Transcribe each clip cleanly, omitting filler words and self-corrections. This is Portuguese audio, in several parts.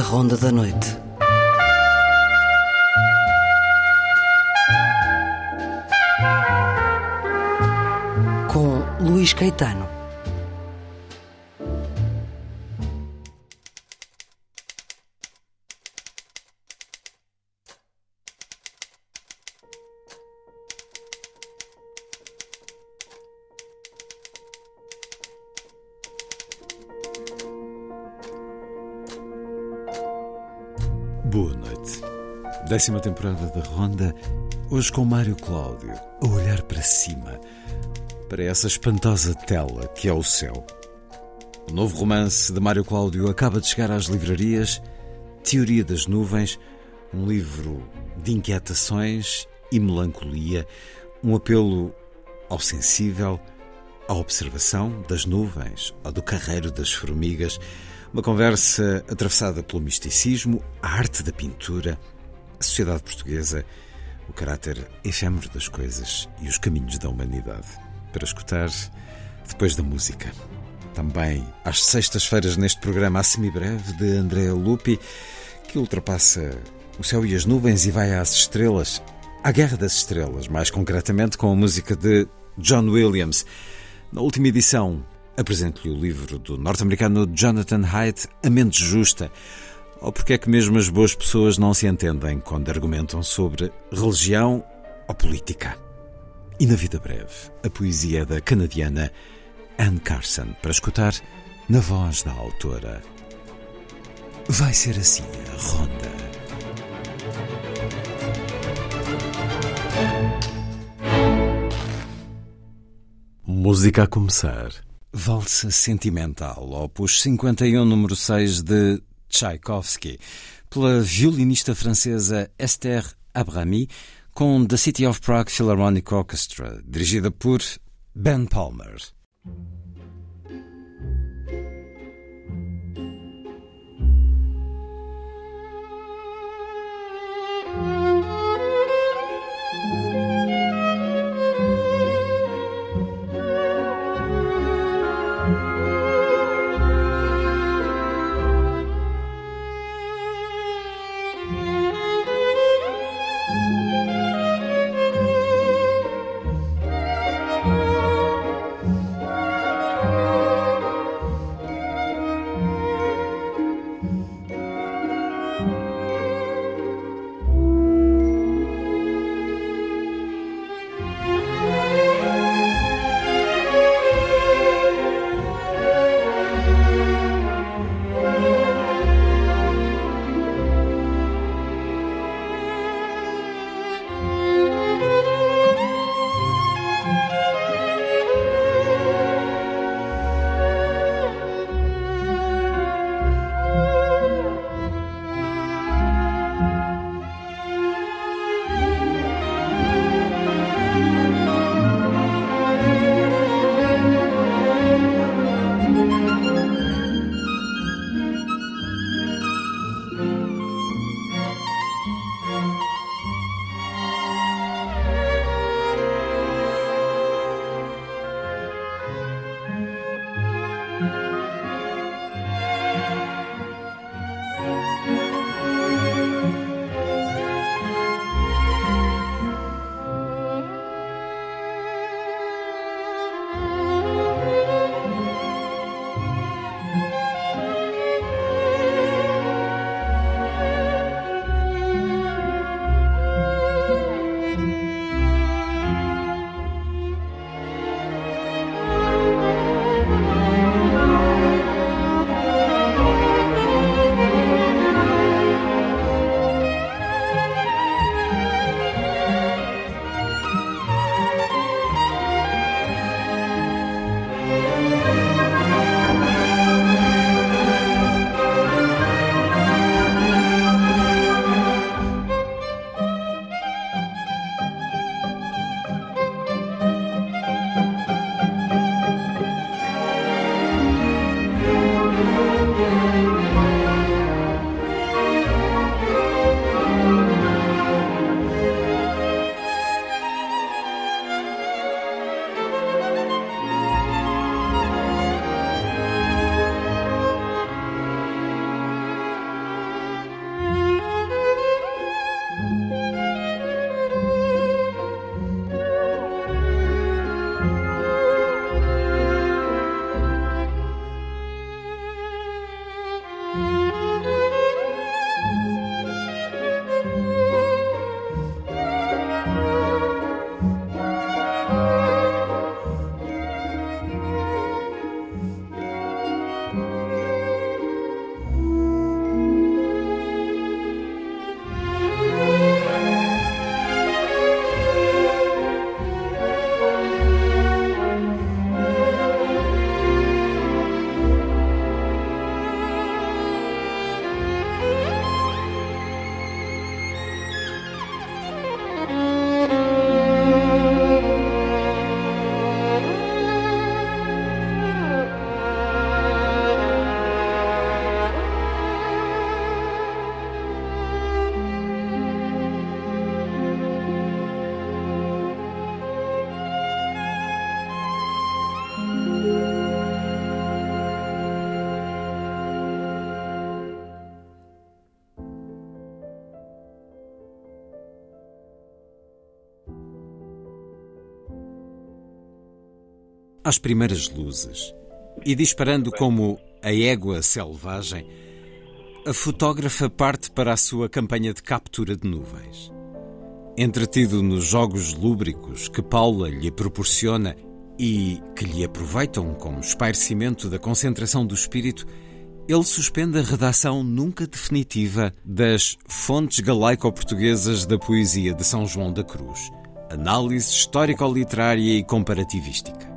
Ronda da Noite. Com Luís Caetano. Boa noite. 10ª temporada da Ronda, hoje com Mário Cláudio, a olhar para cima, para essa espantosa tela que é o céu. O novo romance de Mário Cláudio acaba de chegar às livrarias, Teoria das Nuvens, um livro de inquietações e melancolia, um apelo ao sensível, à observação das nuvens ou do carreiro das formigas. Uma conversa atravessada pelo misticismo, a arte da pintura, a sociedade portuguesa, o caráter efêmero das coisas e os caminhos da humanidade. Para escutar depois da música. Também às sextas-feiras neste programa, a semibreve de Andrea Lupi, que ultrapassa o céu e as nuvens e vai às estrelas, à Guerra das Estrelas, mais concretamente com a música de John Williams. Na última edição, apresento-lhe o livro do norte-americano Jonathan Haidt, A Mente Justa, ou porque é que mesmo as boas pessoas não se entendem quando argumentam sobre religião ou política. E na vida breve, a poesia da canadiana Anne Carson, para escutar na voz da autora. Vai ser assim a Ronda. Música a começar. Valsa Sentimental, opus 51, número 6 de Tchaikovsky, pela violinista francesa Esther Abrami, com The City of Prague Philharmonic Orchestra, dirigida por Ben Palmer. às primeiras luzes e disparando como a égua selvagem, a fotógrafa parte para a sua campanha de captura de nuvens. Entretido nos jogos lúbricos que Paula lhe proporciona e que lhe aproveitam como espairecimento da concentração do espírito, ele suspende a redação nunca definitiva das fontes galaico-portuguesas da poesia de São João da Cruz, análise histórico-literária e comparativística.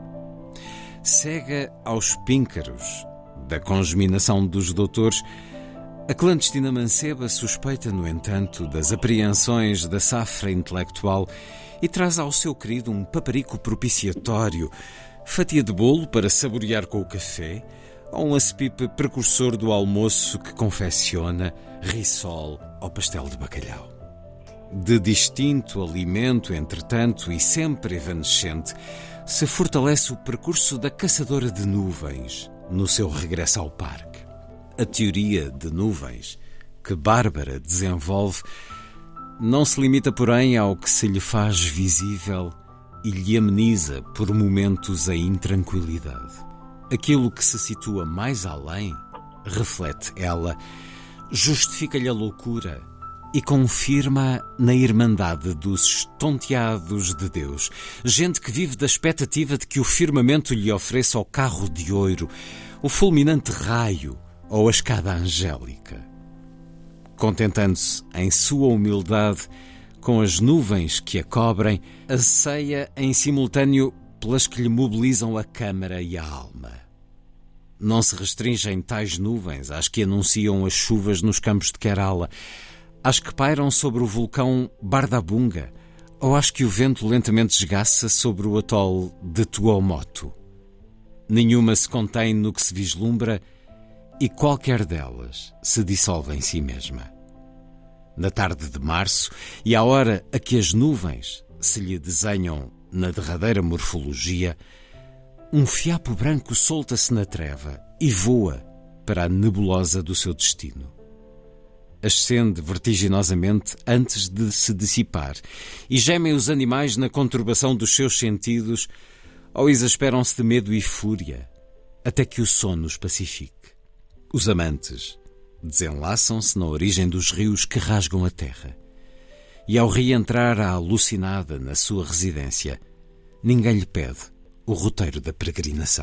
Cega aos píncaros da congeminação dos doutores, a clandestina manceba suspeita, no entanto, das apreensões da safra intelectual e traz ao seu querido um paparico propiciatório, fatia de bolo para saborear com o café, ou um azepipe precursor do almoço que confecciona risol ao pastel de bacalhau. De distinto alimento, entretanto, e sempre evanescente, se fortalece o percurso da caçadora de nuvens no seu regresso ao parque. A teoria de nuvens que Bárbara desenvolve não se limita, porém, ao que se lhe faz visível e lhe ameniza por momentos a intranquilidade. Aquilo que se situa mais além, reflete ela, justifica-lhe a loucura e confirma na irmandade dos estonteados de Deus, gente que vive da expectativa de que o firmamento lhe ofereça o carro de ouro, o fulminante raio ou a escada angélica. Contentando-se em sua humildade com as nuvens que a cobrem, anseia em simultâneo pelas que lhe mobilizam a câmara e a alma. Não se restringem tais nuvens às que anunciam as chuvas nos campos de Kerala, às que pairam sobre o vulcão Bardabunga ou às que o vento lentamente esgaça sobre o atol de Tuamotu. Nenhuma se contém no que se vislumbra e qualquer delas se dissolve em si mesma. Na tarde de março e à hora a que as nuvens se lhe desenham na derradeira morfologia, um fiapo branco solta-se na treva e voa para a nebulosa do seu destino. Ascende vertiginosamente antes de se dissipar e gemem os animais na conturbação dos seus sentidos ou exasperam-se de medo e fúria até que o sono os pacifique. Os amantes desenlaçam-se na origem dos rios que rasgam a terra e ao reentrar a alucinada na sua residência, ninguém lhe pede o roteiro da peregrinação.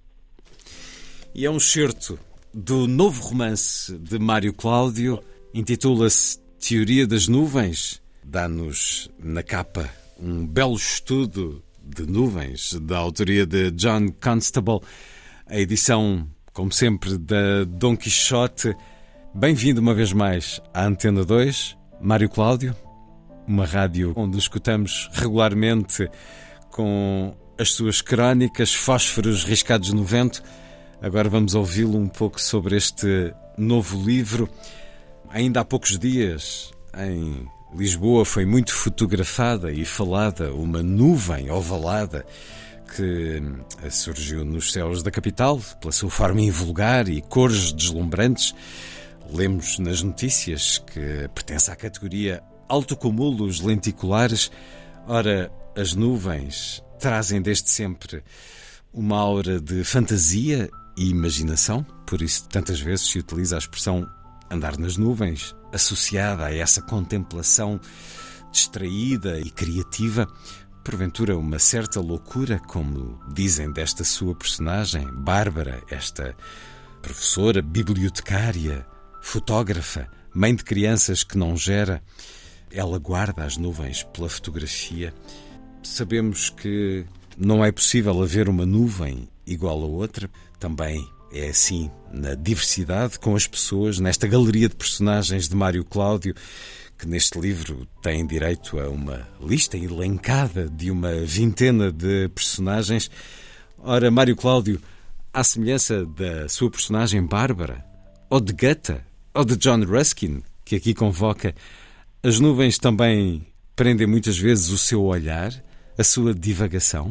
E é um excerto do novo romance de Mário Cláudio, intitula-se Teoria das Nuvens, dá-nos na capa um belo estudo de nuvens, da autoria de John Constable, a edição, como sempre, da Dom Quixote. Bem-vindo uma vez mais à Antena 2, Mário Cláudio, uma rádio onde escutamos regularmente com as suas crónicas, fósforos riscados no vento. Agora vamos ouvi-lo um pouco sobre este novo livro. Ainda há poucos dias, em Lisboa, foi muito fotografada e falada uma nuvem ovalada que surgiu nos céus da capital pela sua forma invulgar e cores deslumbrantes. Lemos nas notícias que pertence à categoria altocumulos lenticulares. Ora, as nuvens trazem desde sempre uma aura de fantasia e imaginação, por isso tantas vezes se utiliza a expressão andar nas nuvens, associada a essa contemplação distraída e criativa, porventura uma certa loucura, como dizem desta sua personagem, Bárbara, esta professora, bibliotecária, fotógrafa, mãe de crianças que não gera. Ela guarda as nuvens pela fotografia. Sabemos que não é possível haver uma nuvem igual a outra. Também é assim na diversidade com as pessoas, nesta galeria de personagens de Mário Cláudio, que neste livro tem direito a uma lista elencada de uma vintena de personagens. Ora, Mário Cláudio, à semelhança da sua personagem Bárbara, ou de Goethe, ou de John Ruskin, que aqui convoca, as nuvens também prendem muitas vezes o seu olhar, a sua divagação?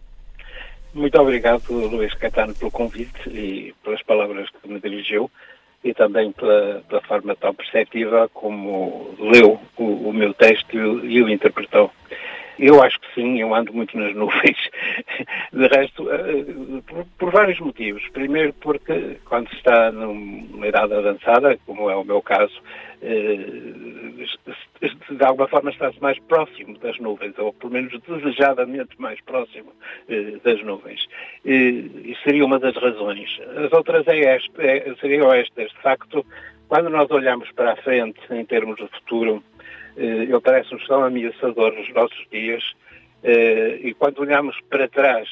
Muito obrigado, Luís Caetano, pelo convite e pelas palavras que me dirigiu e também pela forma tão perceptiva como leu o meu texto e o interpretou. Eu acho que sim, eu ando muito nas nuvens. De resto, por vários motivos. Primeiro porque quando se está numa idade avançada, como é o meu caso, de alguma forma está-se mais próximo das nuvens, ou pelo menos desejadamente mais próximo das nuvens. Isso seria uma das razões. As outras seriam estas. De facto, quando nós olhamos para a frente em termos de futuro, ele parece-nos tão ameaçador nos nossos dias, e quando olhamos para trás,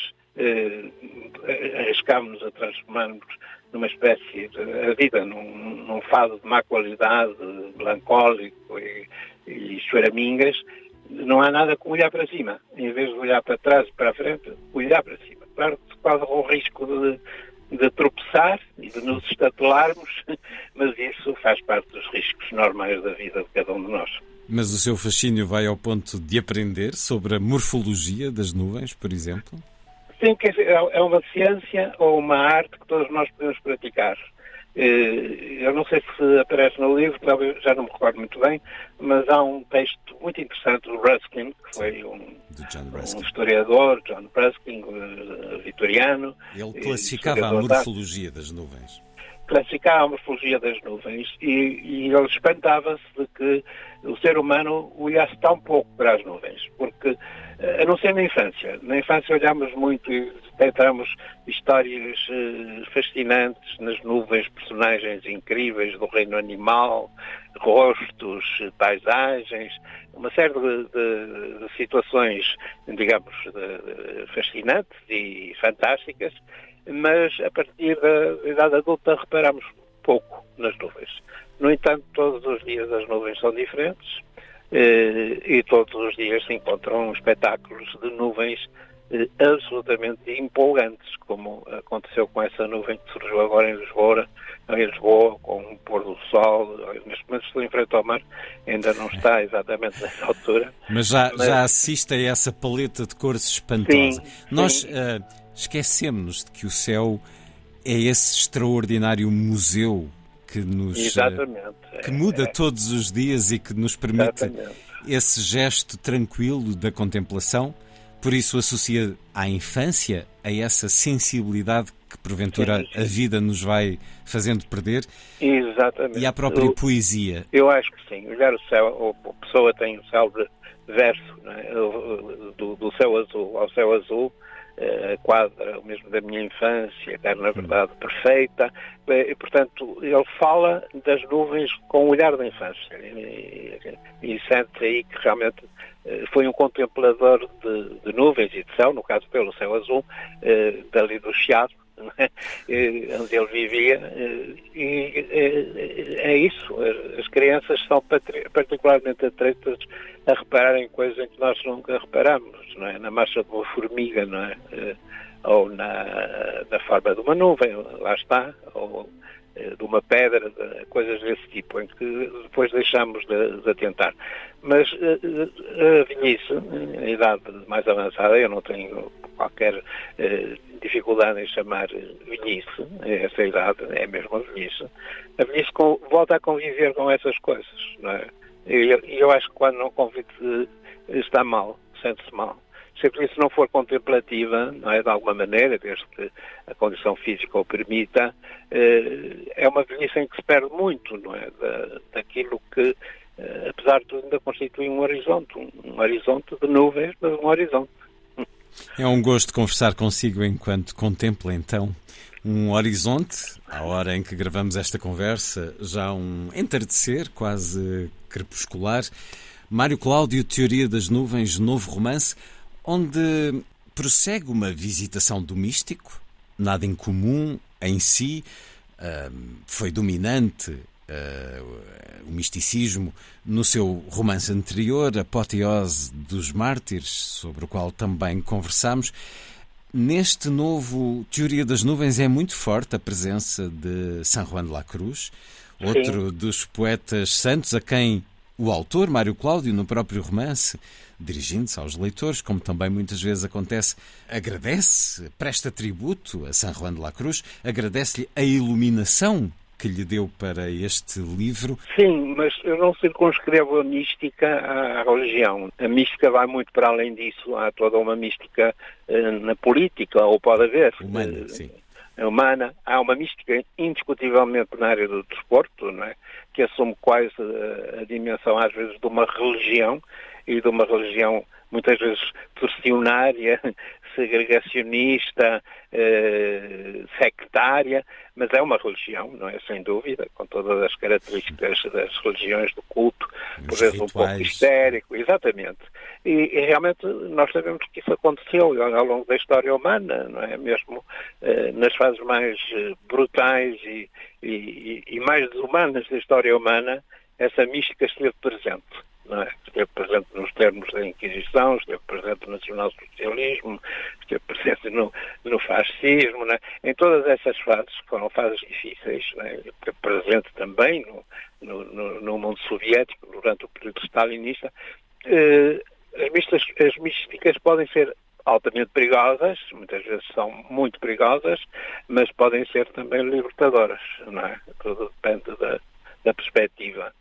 arriscámos-nos a transformar-nos numa espécie de a vida num fado de má qualidade, melancólico e choramingas. Não há nada como olhar para cima. Em vez de olhar para trás e para a frente, olhar para cima. Claro que se corre o risco de tropeçar e de nos estatelarmos, mas isso faz parte dos riscos normais da vida de cada um de nós. Mas o seu fascínio vai ao ponto de aprender sobre a morfologia das nuvens, por exemplo? Sim, é uma ciência ou uma arte que todos nós podemos praticar. Eu não sei se aparece no livro, já não me recordo muito bem, mas há um texto muito interessante do Ruskin, que foi um historiador, John Ruskin, vitoriano. Ele classificava a morfologia das nuvens. Classificava a morfologia das nuvens e ele espantava-se de que o ser humano olhasse tão pouco para as nuvens, porque, a não ser na infância olhamos muito e detectamos histórias fascinantes nas nuvens, personagens incríveis do reino animal, rostos, paisagens, uma série de situações, digamos, fascinantes e fantásticas, mas a partir da idade adulta reparamos pouco nas nuvens. No entanto, todos os dias as nuvens são diferentes e todos os dias se encontram espetáculos de nuvens absolutamente empolgantes, como aconteceu com essa nuvem que surgiu agora em Lisboa, com o pôr do sol. Neste momento estou em frente ao mar, ainda não está exatamente nessa altura. Mas já assiste a essa paleta de cores espantosa. Sim, nós esquecemos-nos de que o céu é esse extraordinário museu que nos que muda todos os dias e que nos permite esse gesto tranquilo da contemplação. Por isso associa à infância, a essa sensibilidade que porventura a vida nos vai fazendo perder. Exatamente. E à própria poesia. Eu acho que sim. Olhar o céu, a pessoa tem o célebre verso, não é? do céu azul ao céu azul, quadra o mesmo da minha infância, que era na verdade perfeita, e portanto ele fala das nuvens com o olhar da infância e sente aí que realmente foi um contemplador de nuvens e de céu, no caso pelo céu azul, dali do Chiado, onde ele vivia, e é isso. As crianças são particularmente atreitas a reparar em coisas em que nós nunca reparamos, não é? Na marcha de uma formiga, não é? Ou na forma de uma nuvem, lá está, ou de uma pedra, coisas desse tipo, em que depois deixamos de atentar. Mas a velhice, a idade mais avançada, eu não tenho qualquer dificuldade em chamar velhice, essa idade é mesmo a velhice. A velhice volta a conviver com essas coisas, não é? E eu acho que quando não convive está mal, sente-se mal. Se a velhice não for contemplativa, não é, de alguma maneira, desde que a condição física o permita, é uma velhice em que se perde muito, não é, daquilo que, apesar de tudo, ainda constitui um horizonte de nuvens, mas um horizonte. É um gosto conversar consigo enquanto contempla, então, um horizonte, à hora em que gravamos esta conversa, já um entardecer quase crepuscular. Mário Cláudio, Teoria das Nuvens, novo romance, onde prossegue uma visitação do místico, nada incomum em si, foi dominante o misticismo no seu romance anterior, Apoteose dos Mártires, sobre o qual também conversámos. Neste novo Teoria das Nuvens é muito forte a presença de San Juan de la Cruz, outro dos poetas santos a quem o autor, Mário Cláudio, no próprio romance, dirigindo-se aos leitores, como também muitas vezes acontece, agradece, presta tributo a San Juan de la Cruz, agradece-lhe a iluminação que lhe deu para este livro. Sim, mas eu não circunscrevo a mística à religião. A mística vai muito para além disso. Há toda uma mística na política, ou pode haver. Humana, sim. Humana. Há uma mística indiscutivelmente na área do desporto, não é? Que assume quase a dimensão, às vezes, de uma religião, e de uma religião muitas vezes torcionária, segregacionista, sectária, mas é uma religião, não é? Sem dúvida, com todas as características das religiões do culto, por vezes um pouco histérico, exatamente. E realmente nós sabemos que isso aconteceu ao longo da história humana, não é? Mesmo nas fases mais brutais e mais desumanas da história humana, essa mística esteve presente. Não é? Esteve presente nos termos da Inquisição, esteve presente no nacionalsocialismo, esteve presente no fascismo, não é? Em todas essas fases, que foram fases difíceis, não é? Esteve presente também no mundo soviético, durante o período stalinista. As místicas podem ser altamente perigosas, muitas vezes são muito perigosas, mas podem ser também libertadoras, não é? Tudo depende da perspectiva.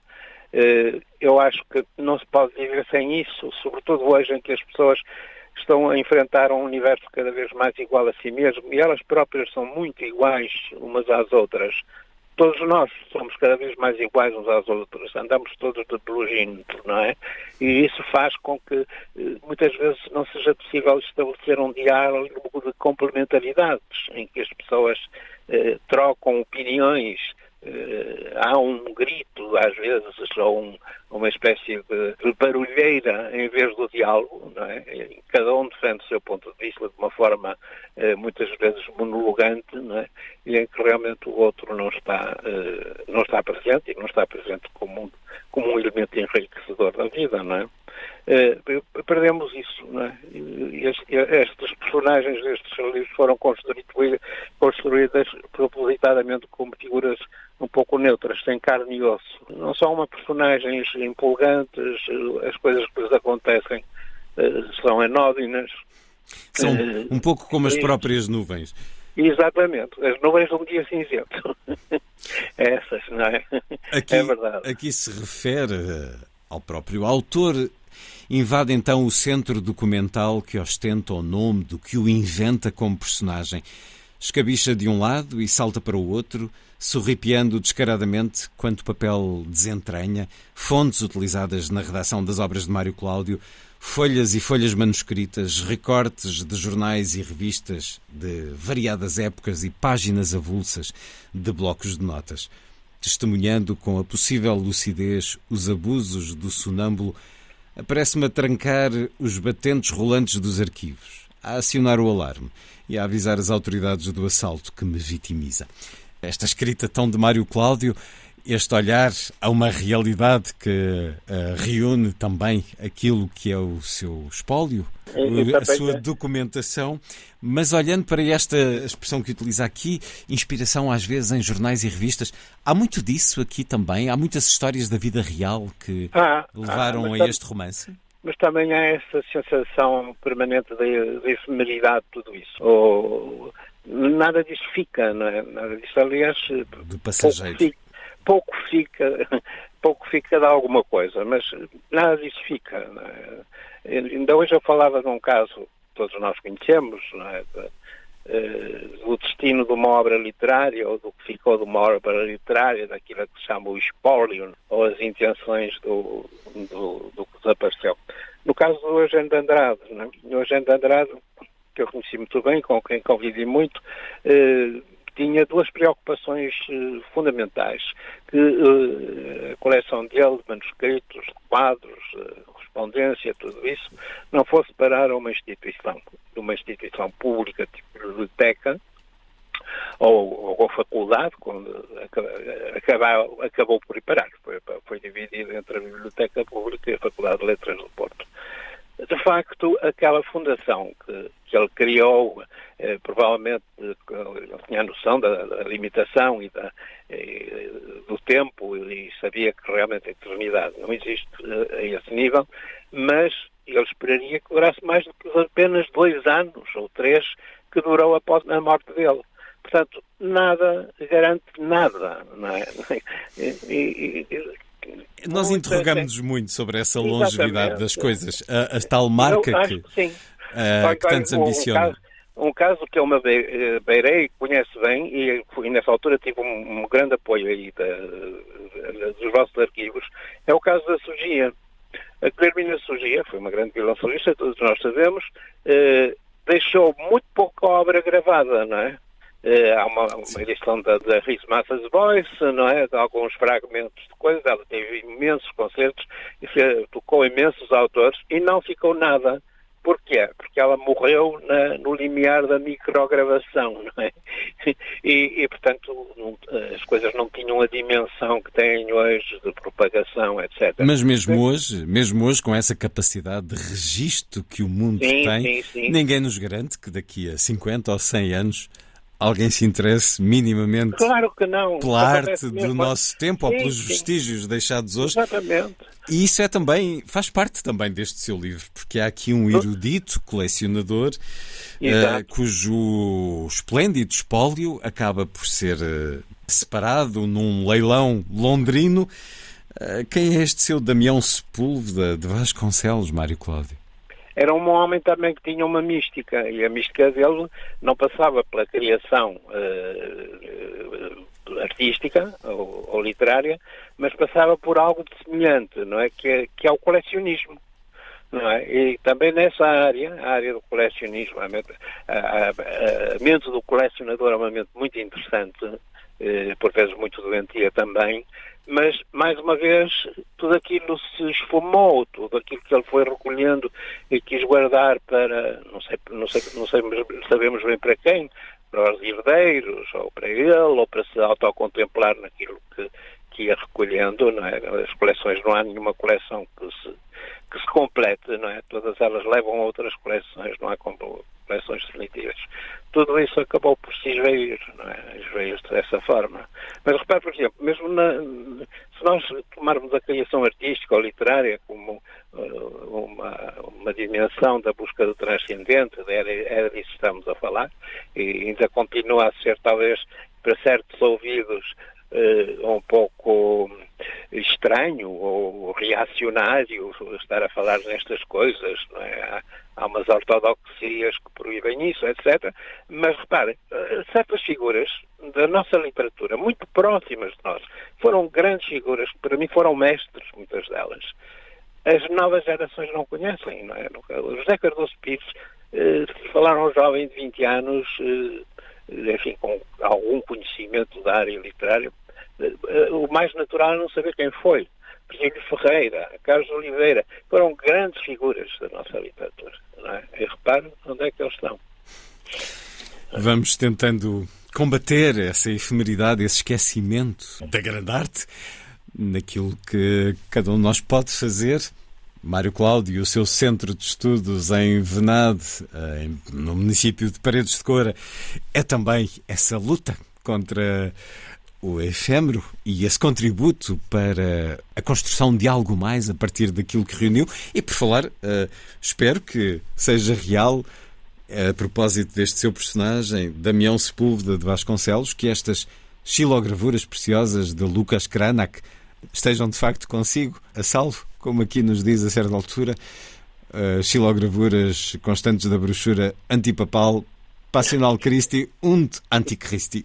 Eu acho que não se pode viver sem isso, sobretudo hoje em que as pessoas estão a enfrentar um universo cada vez mais igual a si mesmo, e elas próprias são muito iguais umas às outras. Todos nós somos cada vez mais iguais uns às outras, andamos todos de pelugímetro, não é? E isso faz com que muitas vezes não seja possível estabelecer um diálogo de complementaridades, em que as pessoas trocam opiniões. Há um grito, às vezes, ou uma espécie de barulheira em vez do diálogo, não é? Cada um defende o seu ponto de vista de uma forma muitas vezes monologante, não é? E em que realmente o outro não está presente, e não está presente como um elemento enriquecedor da vida, não é? Perdemos isso, não é? Estes personagens destes livros foram construídas propositadamente como figuras um pouco neutras, sem carne e osso. Não são personagens empolgantes, as coisas que lhes acontecem são anódinas. São um pouco como as próprias nuvens. Exatamente, as nuvens de um dia cinzento. Essas, não é? É verdade. Aqui se refere ao próprio autor. Invade então o centro documental que ostenta o nome do que o inventa como personagem. Escabicha de um lado e salta para o outro, sorripiando descaradamente quanto papel desentranha, fontes utilizadas na redação das obras de Mário Cláudio, folhas e folhas manuscritas, recortes de jornais e revistas de variadas épocas e páginas avulsas de blocos de notas. Testemunhando com a possível lucidez os abusos do sonâmbulo, aparece-me a trancar os batentes rolantes dos arquivos, a acionar o alarme e a avisar as autoridades do assalto que me vitimiza. Esta escrita tão de Mário Cláudio, este olhar a uma realidade que reúne também aquilo que é o seu espólio, a sua documentação, mas olhando para esta expressão que utiliza aqui, inspiração às vezes em jornais e revistas, há muito disso aqui também? Há muitas histórias da vida real que levaram a este romance? Mas também há essa sensação permanente de efemeridade de tudo isso. Nada disso fica, não é? Nada disso, aliás, do passageiro. Pouco fica de alguma coisa, mas nada disso fica. Não é? Ainda hoje eu falava de um caso que todos nós conhecemos, não é? Do destino de uma obra literária, ou do que ficou de uma obra literária, daquilo que se chama o espólio, ou as intenções do que desapareceu. No caso do Eugênio de Andrade, não é? O Eugênio de Andrade, que eu conheci muito bem, com quem convivi muito, tinha duas preocupações fundamentais, que a coleção dele de manuscritos, de quadros, correspondência, tudo isso, não fosse parar a uma instituição pública, tipo biblioteca, ou faculdade, quando acabou por ir parar. Foi dividido entre a Biblioteca Pública e a Faculdade de Letras do Porto. De facto, aquela fundação que ele criou, provavelmente ele tinha a noção da limitação e do tempo, e sabia que realmente a eternidade não existe a esse nível, mas ele esperaria que durasse mais do que apenas 2 anos ou 3 que durou após a morte dele. portanto, nada garante nada, não é? Nós interrogamos-nos muito sobre essa longevidade das coisas. A tal Eu marca acho que sim. que tantos ambiciona. Um caso que eu me beirei, conhece bem, e nessa altura tive um grande apoio aí dos vossos arquivos, é o caso da Sugia. A Guilhermina Sugia foi uma grande violoncelista, todos nós sabemos, deixou muito pouca obra gravada, não é? Há uma edição da Rhys Mathers Voice, não é? De alguns fragmentos de coisas, ela teve imensos concertos, e tocou imensos autores, e não ficou nada. Porquê? Porque ela morreu no limiar da microgravação, não é? E portanto, as coisas não tinham a dimensão que têm hoje de propagação, etc. Mas mesmo hoje, com essa capacidade de registro que o mundo tem, ninguém nos garante que daqui a 50 ou 100 anos alguém se interesse minimamente claro que não. pela arte do nosso tempo ou pelos vestígios deixados hoje. Exatamente. E isso faz parte também deste seu livro, porque há aqui um erudito colecionador cujo esplêndido espólio acaba por ser separado num leilão londrino. Quem é este seu Damião Sepúlveda de Vasconcelos, Mário Cláudio? Era um homem também que tinha uma mística, e a mística dele não passava pela criação artística ou literária, mas passava por algo de semelhante, não é? Que é o colecionismo. Não é? E também nessa área, a área do colecionismo, a mente do colecionador é uma mente muito interessante, por vezes muito doentia também, mas, mais uma vez, tudo aquilo se esfumou, tudo aquilo que ele foi recolhendo e quis guardar para, não sabemos bem para quem, para os herdeiros, ou para ele, ou para se autocontemplar naquilo que ia recolhendo, não é? As coleções, não há nenhuma coleção que se complete, não é? Todas elas levam a outras coleções, não há coleções definitivas. Tudo isso acabou por se esvair, não é? Esvair dessa forma. Mas repare, por exemplo, mesmo se nós tomarmos a criação artística ou literária como uma dimensão da busca do transcendente, era disso que estamos a falar, e ainda continua a ser, talvez, para certos ouvidos, um pouco estranho ou reacionário estar a falar nestas coisas, não é? Há umas ortodoxias que proíbem isso, etc. Mas reparem, certas figuras da nossa literatura, muito próximas de nós, foram grandes figuras, que para mim foram mestres, muitas delas. As novas gerações não conhecem, não é? O José Cardoso Pires, falaram a um jovem de 20 anos, enfim, com algum conhecimento da área literária, o mais natural é não saber quem foi. Virgílio Ferreira, Carlos Oliveira, foram grandes figuras da nossa literatura, não é? E repare onde é que eles estão. Vamos tentando combater essa efemeridade, esse esquecimento da grande arte, naquilo que cada um de nós pode fazer. Mário Cláudio e o seu centro de estudos em Venade, no município de Paredes de Coura, é também essa luta contra o efêmero e esse contributo para a construção de algo mais a partir daquilo que reuniu. E por falar, espero que seja real, a propósito deste seu personagem, Damião Sepúlveda de Vasconcelos, que estas xilogravuras preciosas de Lucas Cranach estejam de facto consigo, a salvo, como aqui nos diz a certa altura, xilogravuras constantes da brochura antipapal Passional Christi und Antichristi.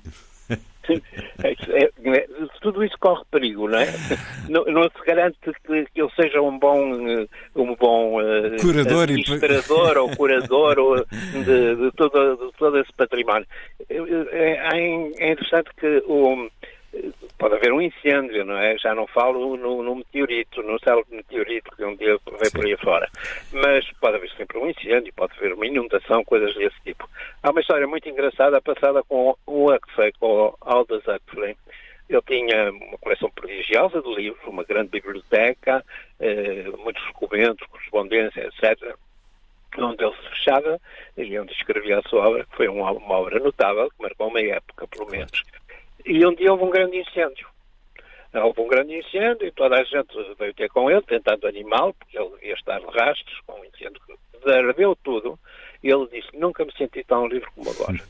Tudo isso corre perigo, não é? Não se garante que ele seja um bom curador administrador ou curador de todo esse património. É interessante que pode haver um incêndio, não é? Já não falo no meteorito, no célebre meteorito que um dia veio por aí fora. Mas pode haver sempre um incêndio, pode haver uma inundação, coisas desse tipo. Há uma história muito engraçada passada com o Huxley, com o Aldous Huxley. Ele tinha uma coleção prodigiosa de livros, uma grande biblioteca, muitos documentos, correspondência, etc., onde ele se fechava e onde escrevia a sua obra, que foi uma obra notável, que marcou uma época, pelo menos. E um dia houve um grande incêndio. Houve um grande incêndio e toda a gente veio ter com ele, tentando animá-lo, porque ele devia estar de rastros com um incêndio que ardeu tudo. E ele disse: nunca me senti tão livre como agora.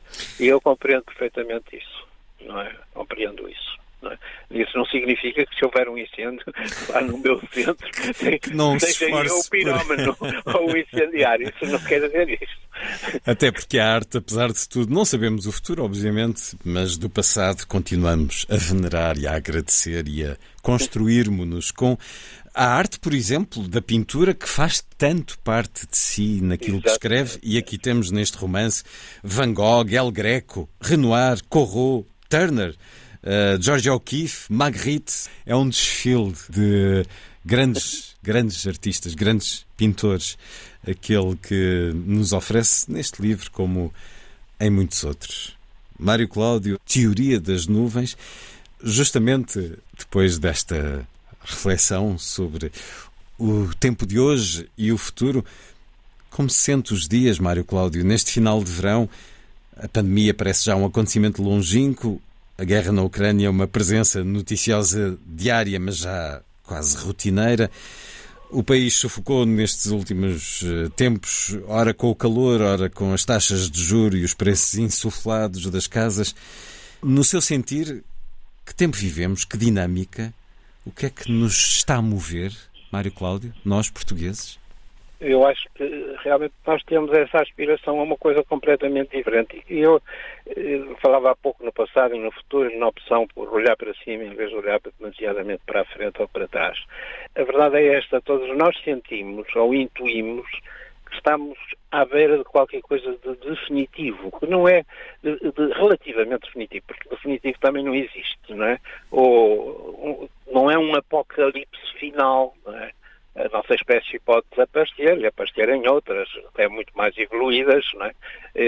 E eu compreendo perfeitamente isso, não é? Compreendo isso. Não é? Isso não significa que se houver um incêndio lá no meu centro, seja eu o pirómano ou o incendiário. Isso não quer dizer isso. Até porque a arte, apesar de tudo, não sabemos o futuro, obviamente, mas do passado continuamos a venerar e a agradecer e a construirmos-nos com a arte, por exemplo, da pintura, que faz tanto parte de si naquilo que escreve. E aqui temos neste romance Van Gogh, El Greco, Renoir, Corot, Turner, George O'Keeffe, Magritte. É um desfile de grandes artistas, grandes pintores, aquele que nos oferece neste livro, como em muitos outros. Mário Cláudio, Teoria das Nuvens, justamente depois desta reflexão sobre o tempo de hoje e o futuro. Como se sente os dias, Mário Cláudio, neste final de verão? A pandemia parece já um acontecimento longínquo. A guerra na Ucrânia é uma presença noticiosa diária, mas já quase rotineira. O país sufocou nestes últimos tempos, ora com o calor, ora com as taxas de juros e os preços insuflados das casas. No seu sentir, que tempo vivemos? Que dinâmica? O que é que nos está a mover, Mário Cláudio, nós portugueses? Eu acho que realmente nós temos essa aspiração a uma coisa completamente diferente. E eu falava há pouco no passado e no futuro, na opção por olhar para cima em vez de olhar demasiadamente para a frente ou para trás. A verdade é esta: todos nós sentimos ou intuímos que estamos à beira de qualquer coisa de definitivo, que não é de relativamente definitivo, porque definitivo também não existe, não é? Ou não é um apocalipse final, não é? A nossa espécie pode desaparecer e aparecer em outras, até muito mais evoluídas, não é?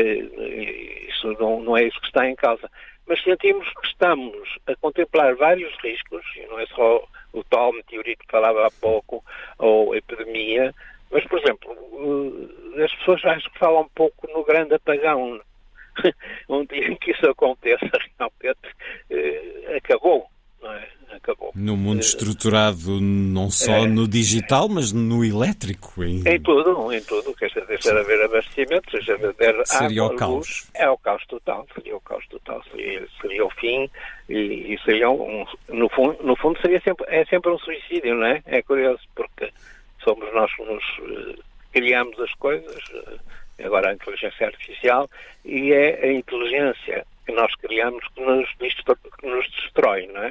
Isso não é isso que está em causa. Mas sentimos que estamos a contemplar vários riscos, e não é só o tal meteorito que falava há pouco, ou a epidemia, mas, por exemplo, as pessoas acho que falam um pouco no grande apagão. Um dia em que isso aconteça, realmente acabou. Não é? Acabou. No mundo estruturado não só no digital, mas no elétrico. Em tudo. Quer dizer, deixar de haver abastecimento, seja de haver seria água, o caos. Luz, é o caos total. Seria o fim e seria no fundo seria sempre um suicídio, não é? É curioso, porque somos nós que nos criamos as coisas, agora a inteligência artificial, e é a inteligência que nós criamos que nos destrói, não é?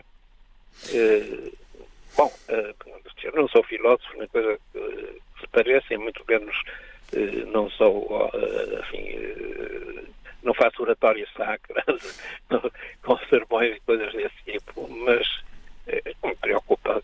Eu não sou filósofo, nem coisa que se pareça, e muito menos não sou, não faço oratórias sacras com sermões e coisas desse tipo, mas me preocupa,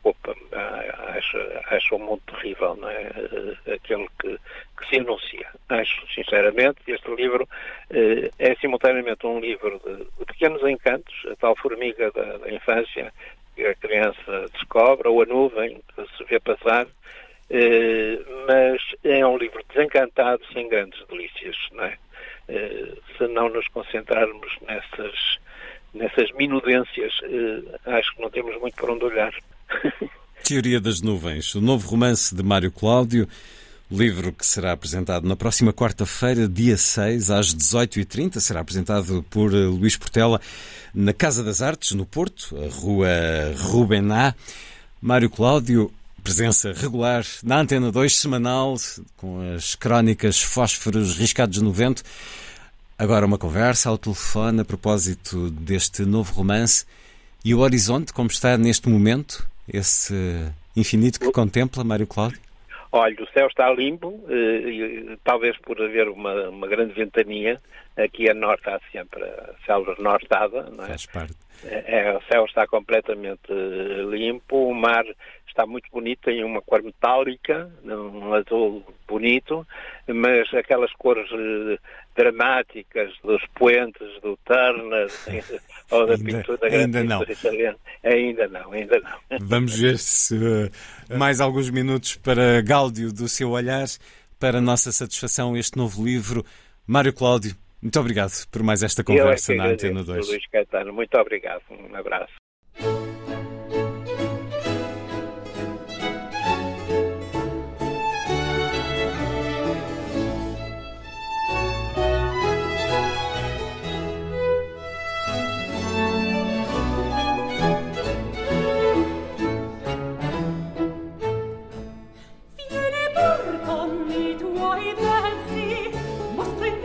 acho um mundo terrível, não é? Aquele que se anuncia. Acho, sinceramente, este livro é simultaneamente um livro de pequenos encantos, a tal formiga da infância que a criança descobre, ou a nuvem que se vê passar, mas é um livro desencantado, sem grandes delícias, não é? Se não nos concentrarmos nessas minudências, acho que não temos muito para onde olhar. Teoria das Nuvens, o novo romance de Mário Cláudio, livro que será apresentado na próxima quarta-feira, dia 6, às 18h30. Será apresentado por Luís Portela na Casa das Artes, no Porto, a Rua Rubená. Mário Cláudio, presença regular na Antena 2, semanal, com as crónicas Fósforos Riscados no Vento. Agora uma conversa ao telefone a propósito deste novo romance. E o horizonte, como está neste momento, esse infinito que contempla, Mário Cláudio? Olha, o céu está limpo, talvez por haver uma grande ventania. Aqui a norte há sempre a célula nortada, não é? Faz parte. O céu está completamente limpo, o mar está muito bonito, tem uma cor metálica, um azul bonito, mas aquelas cores dramáticas dos poentes, do Turner, ou da pintura da grande pintura italiana. Ainda não. Vamos ver se mais alguns minutos para Gáudio do seu olhar, para a nossa satisfação, este novo livro. Mário Cláudio, muito obrigado por mais esta conversa na Antena 2. Luís Caetano, muito obrigado. Um abraço.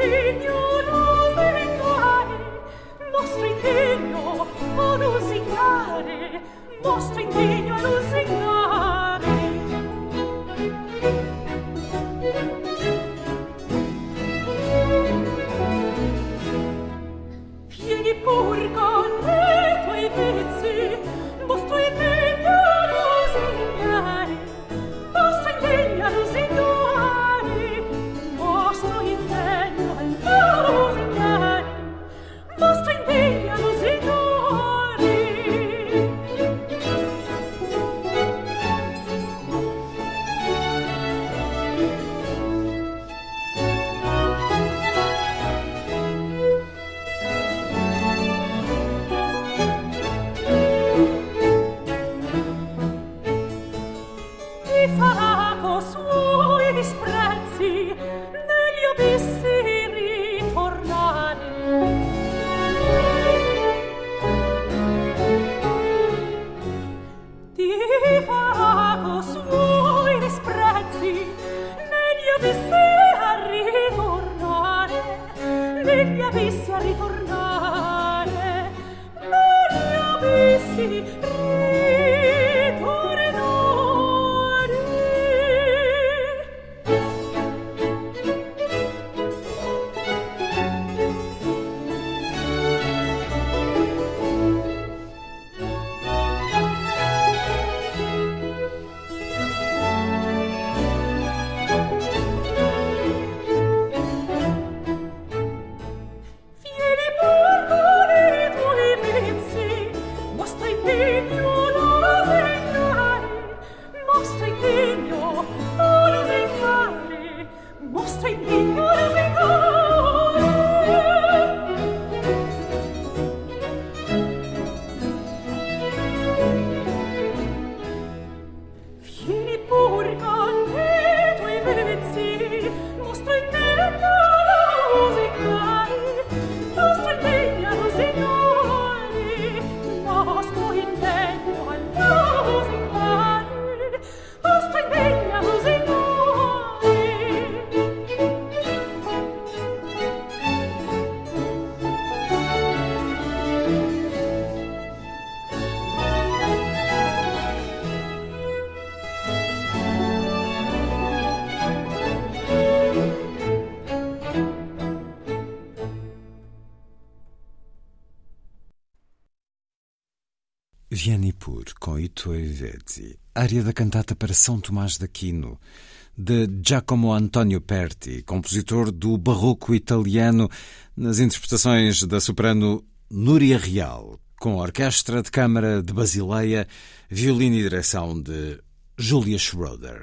Vianney Pur, com Ito e Vezzi, área da cantata para São Tomás de Aquino, de Giacomo Antonio Perti, compositor do barroco italiano, nas interpretações da soprano Núria Real, com a Orquestra de Câmara de Basileia, violino e direção de Julia Schroeder.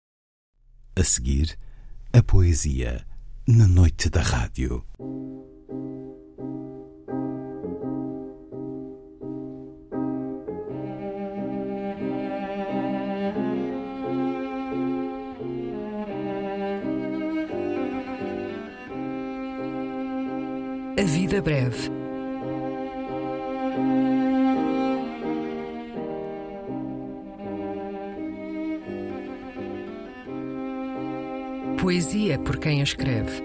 A seguir, a poesia na noite da rádio. A vida breve. Poesia por quem a escreve.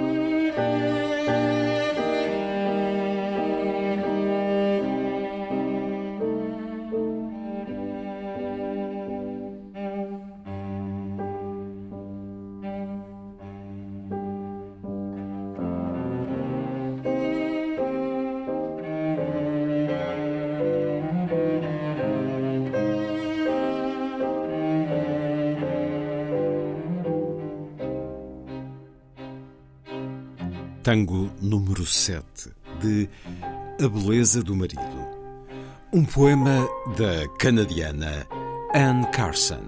Tango número 7, de A Beleza do Marido. Um poema da canadiana Anne Carson.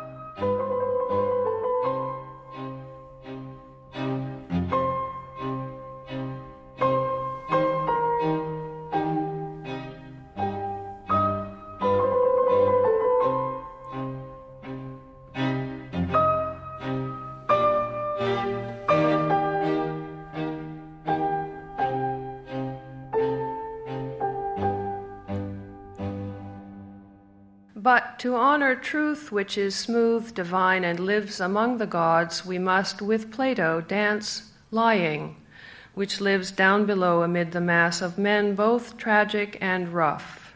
But to honor truth which is smooth, divine, and lives among the gods, we must, with Plato, dance lying, which lives down below amid the mass of men both tragic and rough.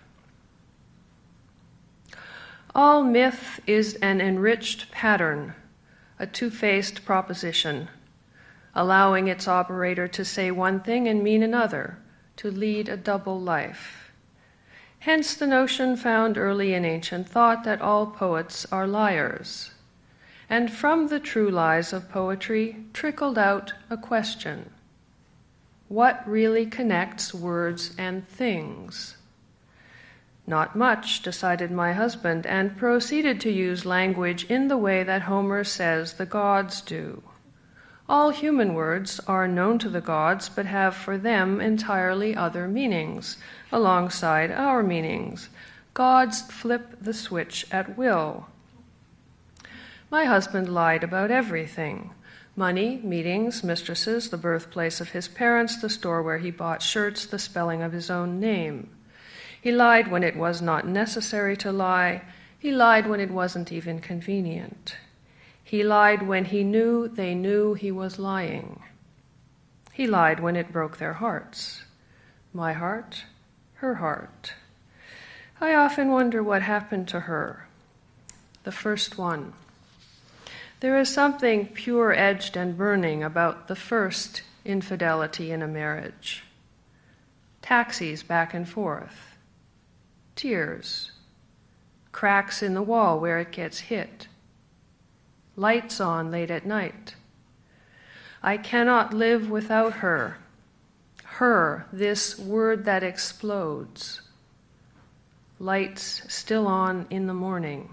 All myth is an enriched pattern, a two-faced proposition, allowing its operator to say one thing and mean another, to lead a double life. Hence the notion found early in ancient thought that all poets are liars. And from the true lies of poetry trickled out a question. What really connects words and things? Not much, decided my husband, and proceeded to use language in the way that Homer says the gods do. All human words are known to the gods, but have for them entirely other meanings, alongside our meanings. Gods flip the switch at will. My husband lied about everything. Money, meetings, mistresses, the birthplace of his parents, the store where he bought shirts, the spelling of his own name. He lied when it was not necessary to lie. He lied when it wasn't even convenient. He lied when he knew they knew he was lying. He lied when it broke their hearts. My heart, her heart. I often wonder what happened to her. The first one. There is something pure-edged and burning about the first infidelity in a marriage. Taxis back and forth. Tears. Cracks in the wall where it gets hit. Lights on late at night. I cannot live without her. Her, this word that explodes. Lights still on in the morning.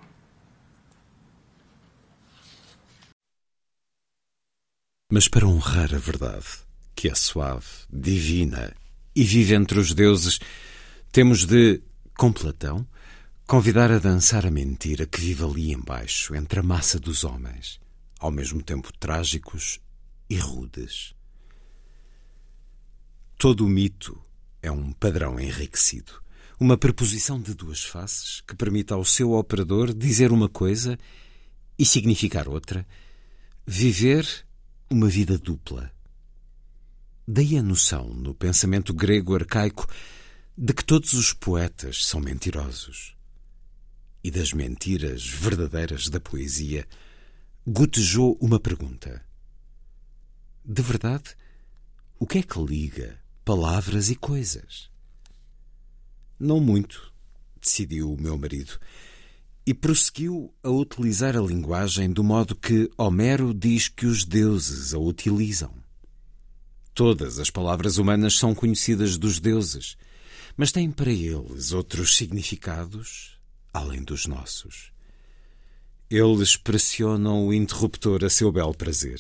Mas para honrar a verdade, que é suave, divina e vive entre os deuses, temos de, com Platão, convidar a dançar a mentira que vive ali embaixo, entre a massa dos homens, ao mesmo tempo trágicos e rudes. Todo o mito é um padrão enriquecido, uma preposição de duas faces que permite ao seu operador dizer uma coisa e significar outra, viver uma vida dupla. Daí a noção, no pensamento grego arcaico, de que todos os poetas são mentirosos. E das mentiras verdadeiras da poesia, gotejou uma pergunta. De verdade, o que é que liga palavras e coisas? Não muito, decidiu o meu marido, e prosseguiu a utilizar a linguagem do modo que Homero diz que os deuses a utilizam. Todas as palavras humanas são conhecidas dos deuses, mas têm para eles outros significados além dos nossos. Eles pressionam o interruptor a seu bel prazer.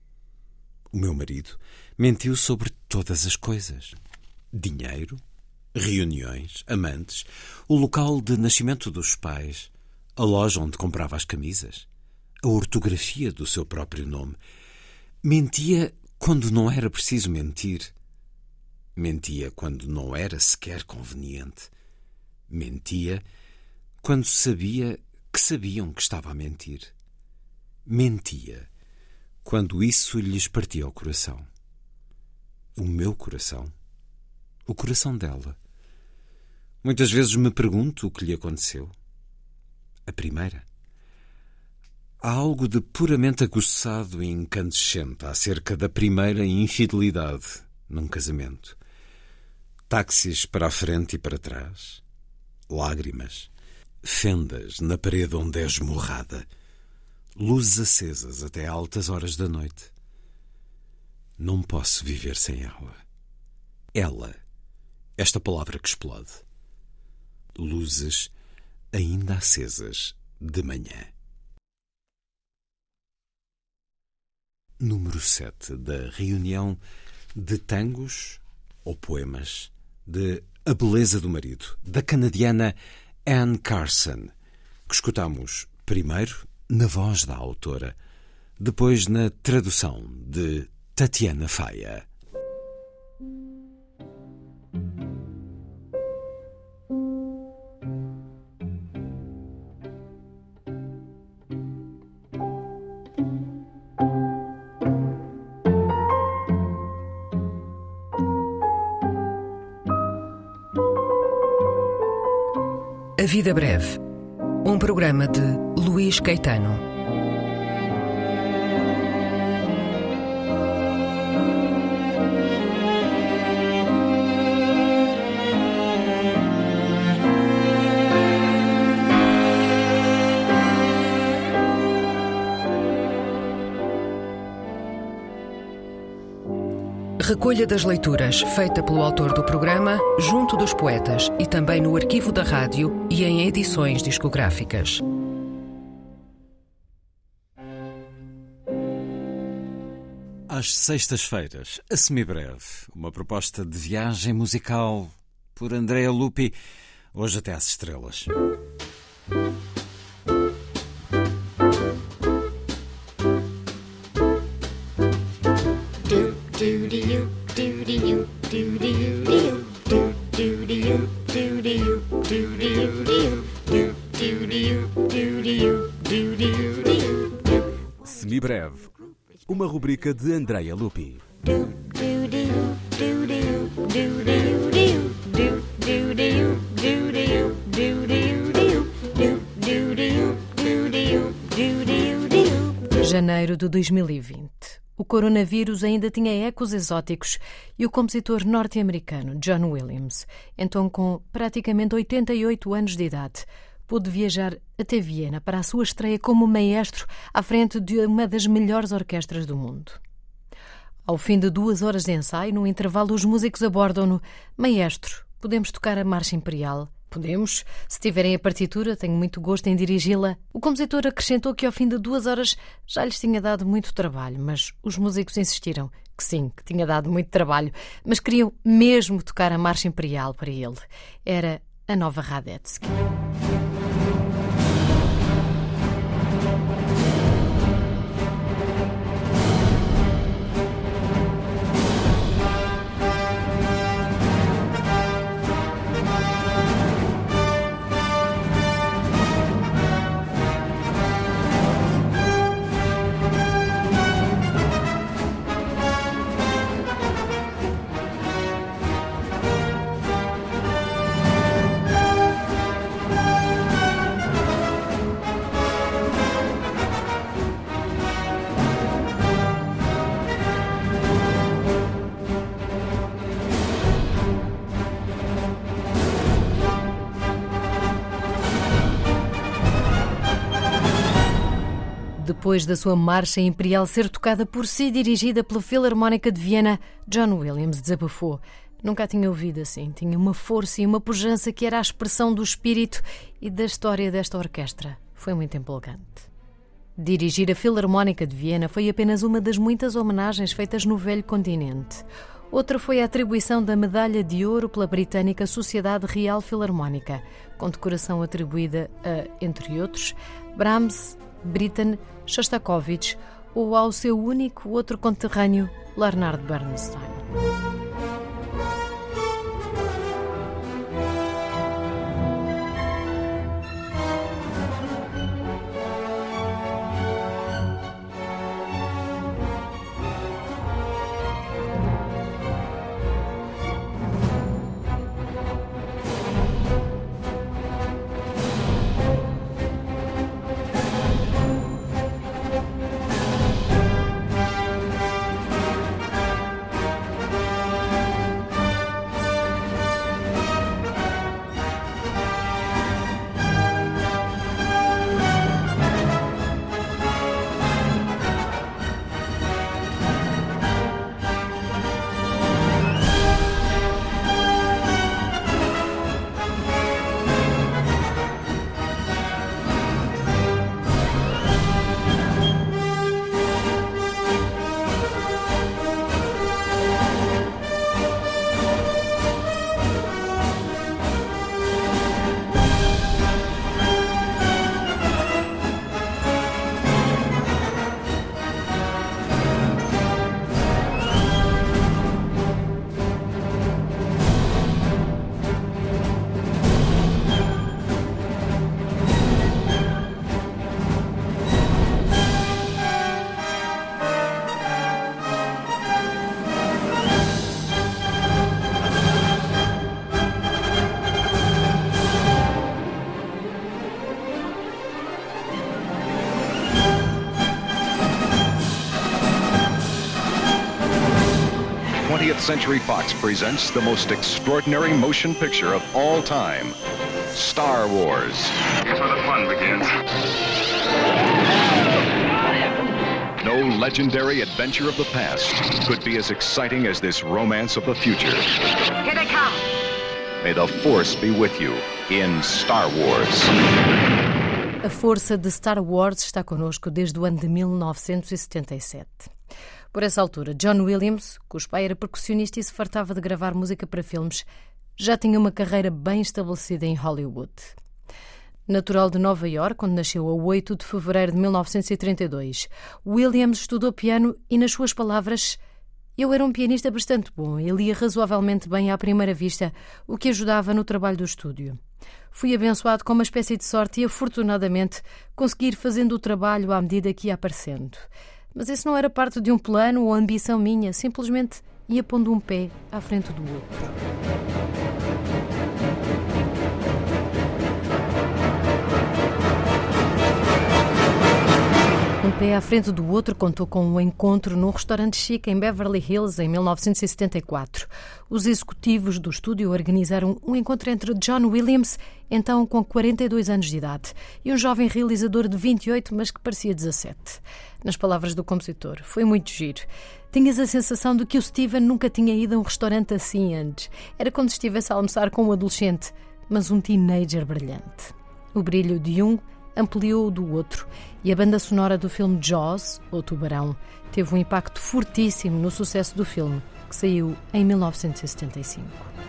O meu marido mentiu sobre todas as coisas. Dinheiro, reuniões, amantes, o local de nascimento dos pais, a loja onde comprava as camisas, a ortografia do seu próprio nome. Mentia quando não era preciso mentir. Mentia quando não era sequer conveniente. Mentia quando sabia que sabiam que estava a mentir. Mentia quando isso lhes partia o coração. O meu coração. O coração dela. Muitas vezes me pergunto o que lhe aconteceu. A primeira. Há algo de puramente aguçado e incandescente acerca da primeira infidelidade num casamento. Táxis para a frente e para trás. Lágrimas. Fendas na parede onde é esmurrada. Luzes acesas até altas horas da noite. Não posso viver sem ela. Ela. Esta palavra que explode. Luzes ainda acesas de manhã. Número 7 da reunião de tangos ou poemas de A Beleza do Marido, da canadiana Anne Carson, que escutamos primeiro na voz da autora, depois na tradução de Tatiana Faia. A Vida Breve, um programa de Luís Caetano. Recolha das leituras feita pelo autor do programa, junto dos poetas e também no arquivo da rádio e em edições discográficas. Às sextas-feiras, a Semibreve, uma proposta de viagem musical por Andrea Lupi, hoje até às estrelas. Semibreve, uma rubrica de Andrea Lupi. Janeiro de 2020. O coronavírus ainda tinha ecos exóticos e o compositor norte-americano John Williams, então com praticamente 88 anos de idade, pôde viajar até Viena para a sua estreia como maestro à frente de uma das melhores orquestras do mundo. Ao fim de 2 horas de ensaio, no intervalo, os músicos abordam-no: "Maestro, podemos tocar a Marcha Imperial?" "Podemos. Se tiverem a partitura, tenho muito gosto em dirigi-la." O compositor acrescentou que ao fim de 2 horas já lhes tinha dado muito trabalho, mas os músicos insistiram que sim, que tinha dado muito trabalho, mas queriam mesmo tocar a Marcha Imperial para ele. Era a nova Radetzky. Depois da sua Marcha Imperial ser tocada por si e dirigida pela Filarmónica de Viena, John Williams desabafou. Nunca a tinha ouvido assim. Tinha uma força e uma pujança que era a expressão do espírito e da história desta orquestra. Foi muito empolgante. Dirigir a Filarmónica de Viena foi apenas uma das muitas homenagens feitas no velho continente. Outra foi a atribuição da Medalha de Ouro pela britânica Sociedade Real Filarmónica, com decoração atribuída a, entre outros, Brahms, Britten, Shostakovich ou ao seu único outro conterrâneo, Leonard Bernstein. 20th Century Fox presents the most extraordinary motion picture of all time, Star Wars. Here's where the fun begins. No legendary adventure of the past could be as exciting as this romance of the future. Here they come. May the Force be with you in Star Wars. A força de Star Wars está connosco desde o ano de 1977. Por essa altura, John Williams, cujo pai era percussionista e se fartava de gravar música para filmes, já tinha uma carreira bem estabelecida em Hollywood. Natural de Nova York, onde nasceu a 8 de fevereiro de 1932, Williams estudou piano e, nas suas palavras, eu era um pianista bastante bom e lia razoavelmente bem à primeira vista, o que ajudava no trabalho do estúdio. Fui abençoado com uma espécie de sorte e, afortunadamente, consegui ir fazendo o trabalho à medida que ia aparecendo. Mas isso não era parte de um plano ou ambição minha, simplesmente ia pondo um pé à frente do outro. Um pé à frente do outro contou com um encontro num restaurante chique em Beverly Hills em 1974. Os executivos do estúdio organizaram um encontro entre John Williams, então com 42 anos de idade, e um jovem realizador de 28, mas que parecia 17. Nas palavras do compositor, foi muito giro. Tinhas a sensação de que o Steven nunca tinha ido a um restaurante assim antes. Era como se estivesse a almoçar com um adolescente, mas um teenager brilhante. O brilho de um ampliou o do outro, e a banda sonora do filme Jaws, ou Tubarão, teve um impacto fortíssimo no sucesso do filme, que saiu em 1975.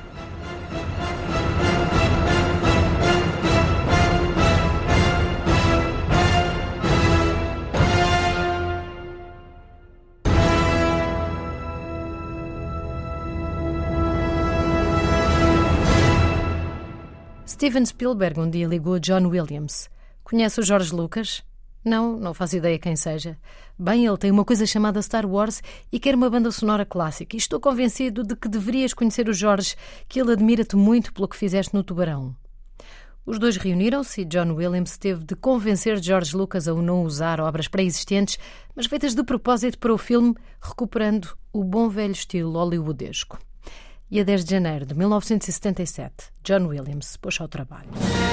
Steven Spielberg um dia ligou a John Williams. Conhece o George Lucas? Não faço ideia quem seja. Bem, ele tem uma coisa chamada Star Wars e quer uma banda sonora clássica. E estou convencido de que deverias conhecer o George, que ele admira-te muito pelo que fizeste no Tubarão. Os dois reuniram-se e John Williams teve de convencer George Lucas a não usar obras pré-existentes, mas feitas de propósito para o filme, recuperando o bom velho estilo hollywoodesco. E a 10 de janeiro de 1977, John Williams se pôs ao trabalho.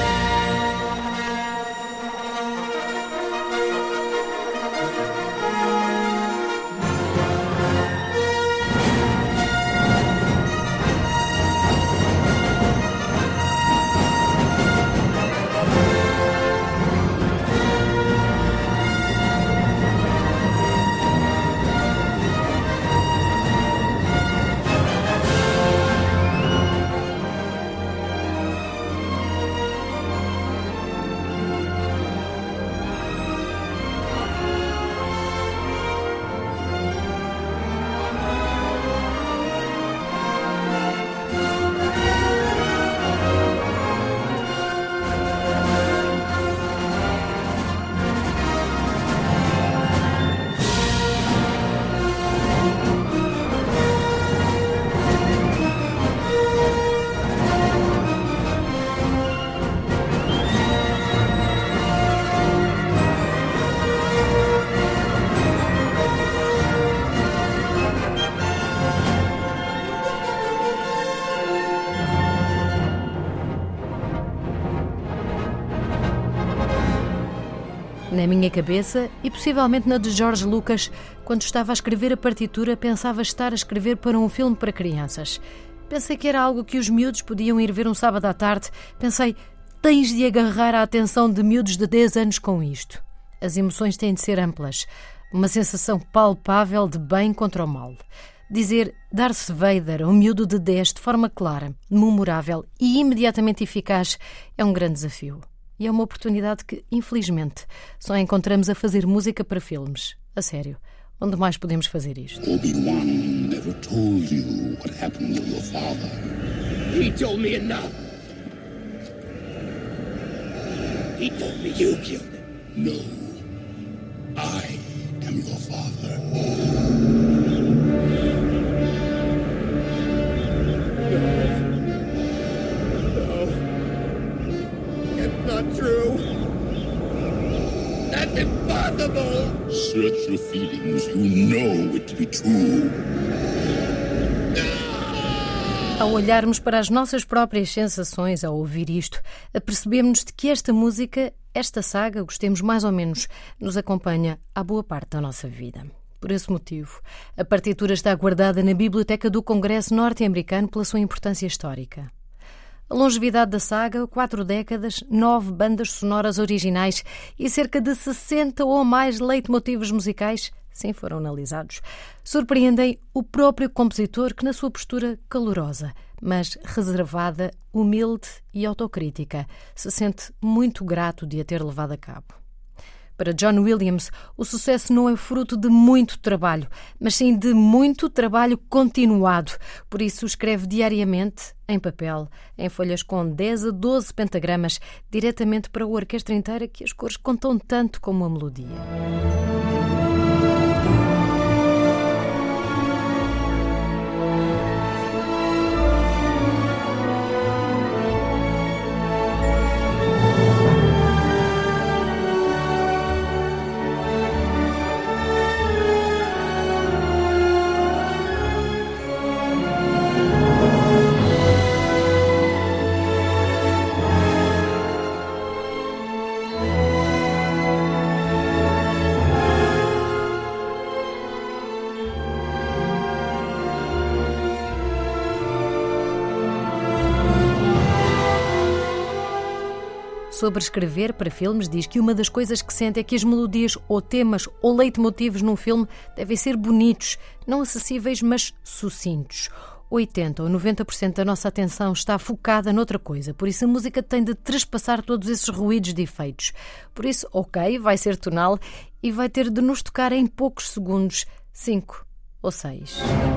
Na minha cabeça, e possivelmente na de George Lucas, quando estava a escrever a partitura, pensava estar a escrever para um filme para crianças. Pensei que era algo que os miúdos podiam ir ver um sábado à tarde. Pensei, tens de agarrar a atenção de miúdos de 10 anos com isto. As emoções têm de ser amplas. Uma sensação palpável de bem contra o mal. Dizer Darth Vader a um miúdo de 10 de forma clara, memorável e imediatamente eficaz é um grande desafio. E é uma oportunidade que, infelizmente, só encontramos a fazer música para filmes. A sério, onde mais podemos fazer isto? Obi-Wan never told you what happened to your father. He told me enough. He told me you killed him. No. I am your father. Not true. That's impossible. Search your feelings. You know it to be true. Ao olharmos para as nossas próprias sensações ao ouvir isto, apercebemos-nos de que esta música, esta saga, gostemos mais ou menos, nos acompanha há boa parte da nossa vida. Por esse motivo, a partitura está guardada na Biblioteca do Congresso norte-americano pela sua importância histórica. A longevidade da saga, 4 décadas, 9 bandas sonoras originais e cerca de 60 ou mais leitmotivos musicais, sim, foram analisados, surpreendem o próprio compositor que, na sua postura calorosa, mas reservada, humilde e autocrítica, se sente muito grato de a ter levado a cabo. Para John Williams, o sucesso não é fruto de muito trabalho, mas sim de muito trabalho continuado. Por isso, escreve diariamente, em papel, em folhas com 10 a 12 pentagramas, diretamente para a orquestra inteira, que as cores contam tanto como a melodia. Sobre escrever para filmes, diz que uma das coisas que sente é que as melodias ou temas ou leitmotivos num filme devem ser bonitos, não acessíveis, mas sucintos. 80% ou 90% da nossa atenção está focada noutra coisa, por isso a música tem de trespassar todos esses ruídos de efeitos. Por isso, ok, vai ser tonal e vai ter de nos tocar em poucos segundos, 5 ou 6.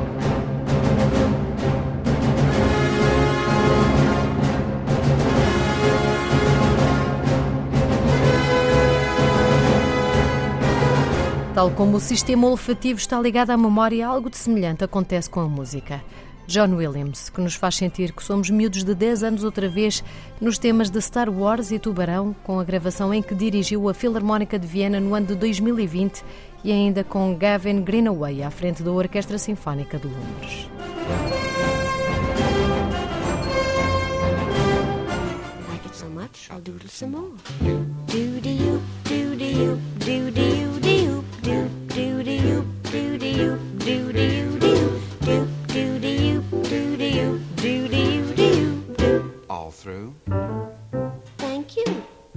Tal como o sistema olfativo está ligado à memória, algo de semelhante acontece com a música. John Williams, que nos faz sentir que somos miúdos de 10 anos outra vez nos temas de Star Wars e Tubarão, com a gravação em que dirigiu a Filarmónica de Viena no ano de 2020 e ainda com Gavin Greenaway à frente da Orquestra Sinfónica de Londres. Like it so much, I'll doodle some more. Do-de-you, do-de-you, do-de-you, do-de-you, do-de-you, do-de-you, do-de-you, do-de-you, do-de-you, do-de-you, do-de-you. All through. Thank you.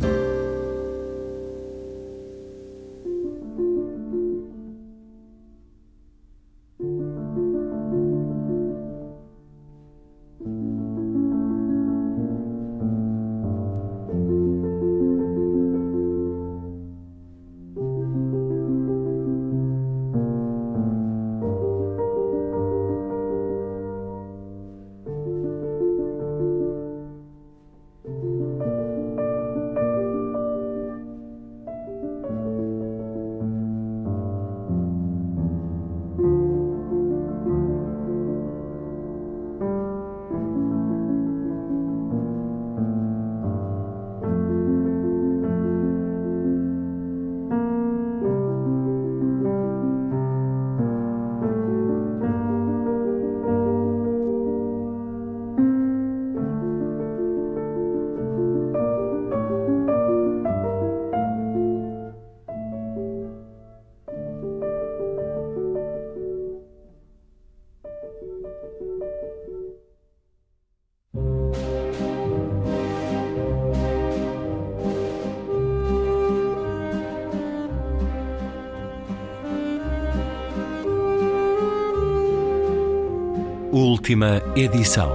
Última edição.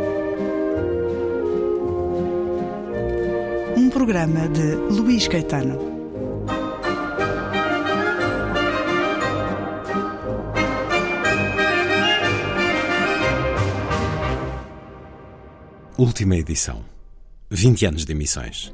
Um programa de Luís Caetano. Última edição. 20 anos de emissões.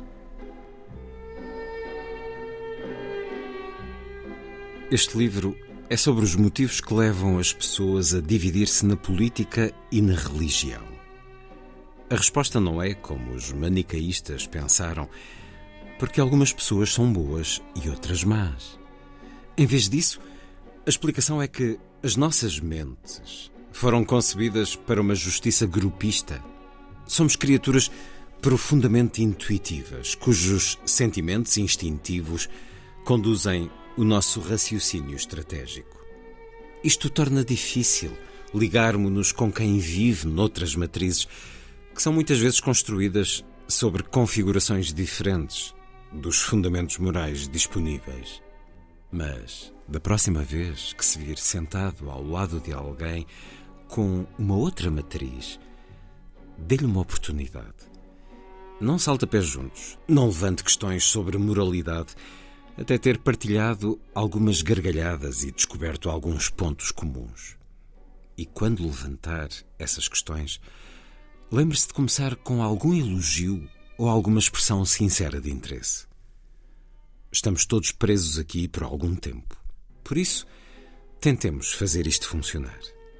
Este livro é sobre os motivos que levam as pessoas a dividir-se na política e na religião. A resposta não é como os manicaístas pensaram, porque algumas pessoas são boas e outras más. Em vez disso, a explicação é que as nossas mentes foram concebidas para uma justiça grupista. Somos criaturas profundamente intuitivas, cujos sentimentos instintivos conduzem o nosso raciocínio estratégico. Isto torna difícil ligarmos-nos com quem vive noutras matrizes, que são muitas vezes construídas sobre configurações diferentes dos fundamentos morais disponíveis. Mas, da próxima vez que se vir sentado ao lado de alguém com uma outra matriz, dê-lhe uma oportunidade. Não salte a pés juntos, não levante questões sobre moralidade, até ter partilhado algumas gargalhadas e descoberto alguns pontos comuns. E quando levantar essas questões, lembre-se de começar com algum elogio ou alguma expressão sincera de interesse. Estamos todos presos aqui por algum tempo. Por isso, tentemos fazer isto funcionar.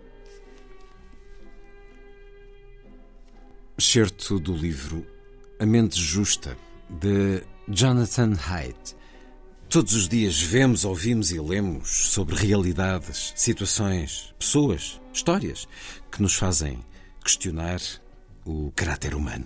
Excerto do livro A Mente Justa, de Jonathan Haidt. Todos os dias vemos, ouvimos e lemos sobre realidades, situações, pessoas, histórias que nos fazem questionar o caráter humano.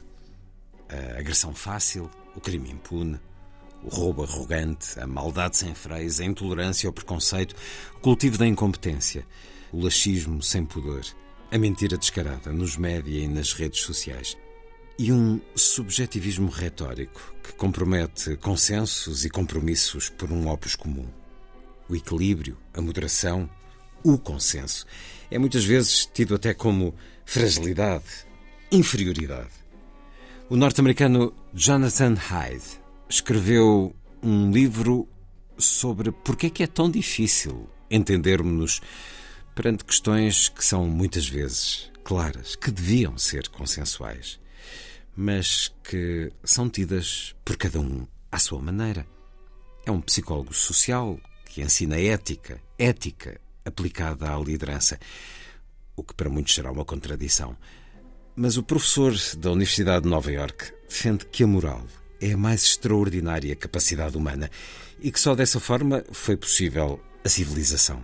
A agressão fácil, o crime impune, o roubo arrogante, a maldade sem freios, a intolerância ao preconceito, o cultivo da incompetência, o laxismo sem pudor, a mentira descarada nos média e nas redes sociais e um subjetivismo retórico que compromete consensos e compromissos por um opus comum. O equilíbrio, a moderação, o consenso é muitas vezes tido até como fragilidade, inferioridade. O norte-americano Jonathan Haidt escreveu um livro sobre porque é que é tão difícil entendermos-nos perante questões que são muitas vezes claras, que deviam ser consensuais, mas que são tidas por cada um à sua maneira. É um psicólogo social que ensina ética aplicada à liderança, o que para muitos será uma contradição. Mas o professor da Universidade de Nova Iorque defende que a moral é a mais extraordinária capacidade humana e que só dessa forma foi possível a civilização.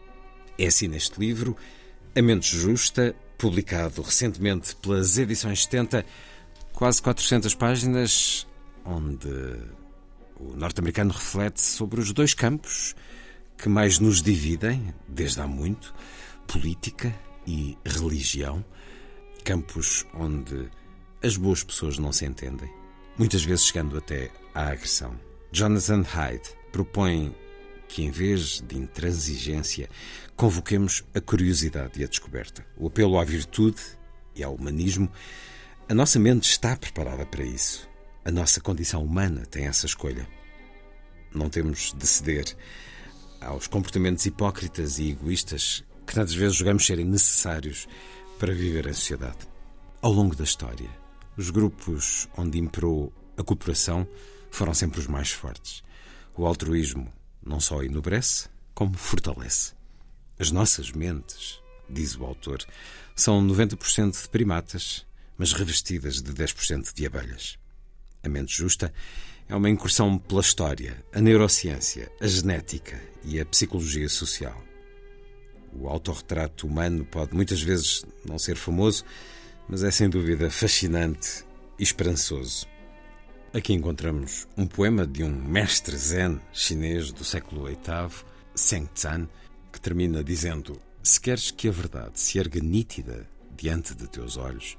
É assim neste livro, A Mente Justa, publicado recentemente pelas edições 70, quase 400 páginas, onde o norte-americano reflete sobre os dois campos que mais nos dividem, desde há muito, política e religião, campos onde as boas pessoas não se entendem, muitas vezes chegando até à agressão. Jonathan Haidt propõe que, em vez de intransigência, convoquemos a curiosidade e a descoberta, o apelo à virtude e ao humanismo. A nossa mente está preparada para isso. A nossa condição humana tem essa escolha. Não temos de ceder aos comportamentos hipócritas e egoístas que tantas vezes julgamos serem necessários para viver em sociedade. Ao longo da história, os grupos onde imperou a cooperação foram sempre os mais fortes. O altruísmo não só enobrece, como fortalece. As nossas mentes, diz o autor, são 90% de primatas, mas revestidas de 10% de abelhas. A mente justa é uma incursão pela história, a neurociência, a genética e a psicologia social. O autorretrato humano pode muitas vezes não ser famoso, mas é sem dúvida fascinante e esperançoso. Aqui encontramos um poema de um mestre zen chinês do século VIII, Zheng Zan, que termina dizendo: se queres que a verdade se erga nítida diante de teus olhos,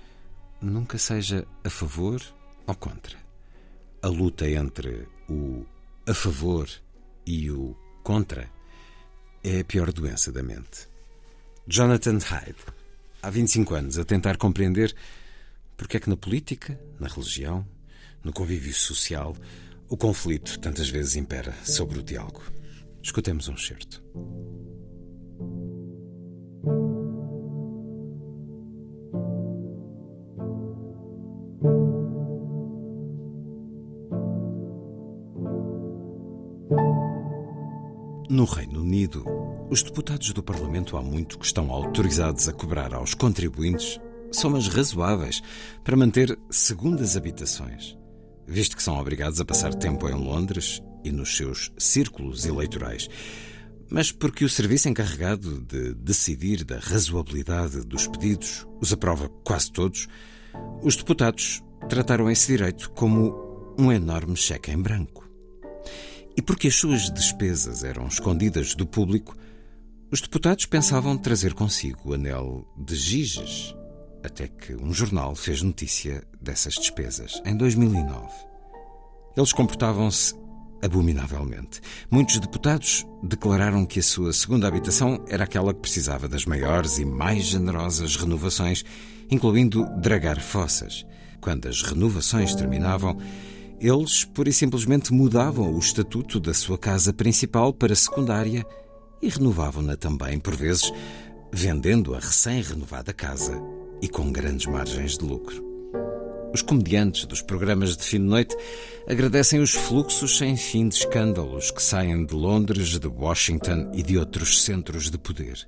nunca seja a favor ou contra. A luta entre o a favor e o contra é a pior doença da mente. Jonathan Haidt, há 25 anos, a tentar compreender porque é que na política, na religião, no convívio social, o conflito tantas vezes impera sobre o diálogo. Escutemos um excerto. No Reino Unido, os deputados do Parlamento há muito que estão autorizados a cobrar aos contribuintes somas razoáveis para manter segundas habitações, visto que são obrigados a passar tempo em Londres e nos seus círculos eleitorais. mas porque o serviço encarregado de decidir da razoabilidade dos pedidos os aprova quase todos, os deputados trataram esse direito como um enorme cheque em branco. E porque as suas despesas eram escondidas do público, os deputados pensavam trazer consigo o anel de Giges, até que um jornal fez notícia dessas despesas, em 2009. Eles comportavam-se abominavelmente. Muitos deputados declararam que a sua segunda habitação era aquela que precisava das maiores e mais generosas renovações, incluindo dragar fossas. Quando as renovações terminavam, eles pura e simplesmente mudavam o estatuto da sua casa principal para secundária e renovavam-na também, por vezes, vendendo a recém-renovada casa e com grandes margens de lucro. Os comediantes dos programas de fim de noite agradecem os fluxos sem fim de escândalos que saem de Londres, de Washington e de outros centros de poder.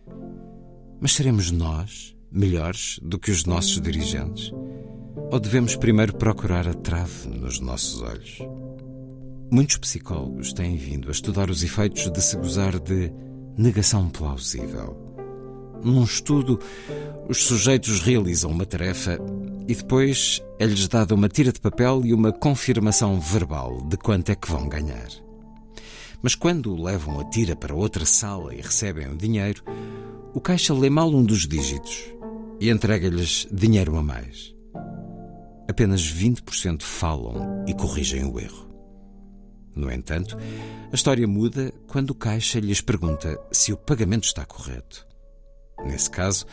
Mas seremos nós melhores do que os nossos dirigentes? Ou devemos primeiro procurar a trave nos nossos olhos? Muitos psicólogos têm vindo a estudar os efeitos de se gozar de negação plausível. Num estudo, os sujeitos realizam uma tarefa e depois é-lhes dada uma tira de papel e uma confirmação verbal de quanto é que vão ganhar. Mas quando levam a tira para outra sala e recebem o dinheiro, o caixa lê mal um dos dígitos e entrega-lhes dinheiro a mais. Apenas 20% falam e corrigem o erro. No entanto, a história muda quando o caixa lhes pergunta se o pagamento está correto. Nesse caso,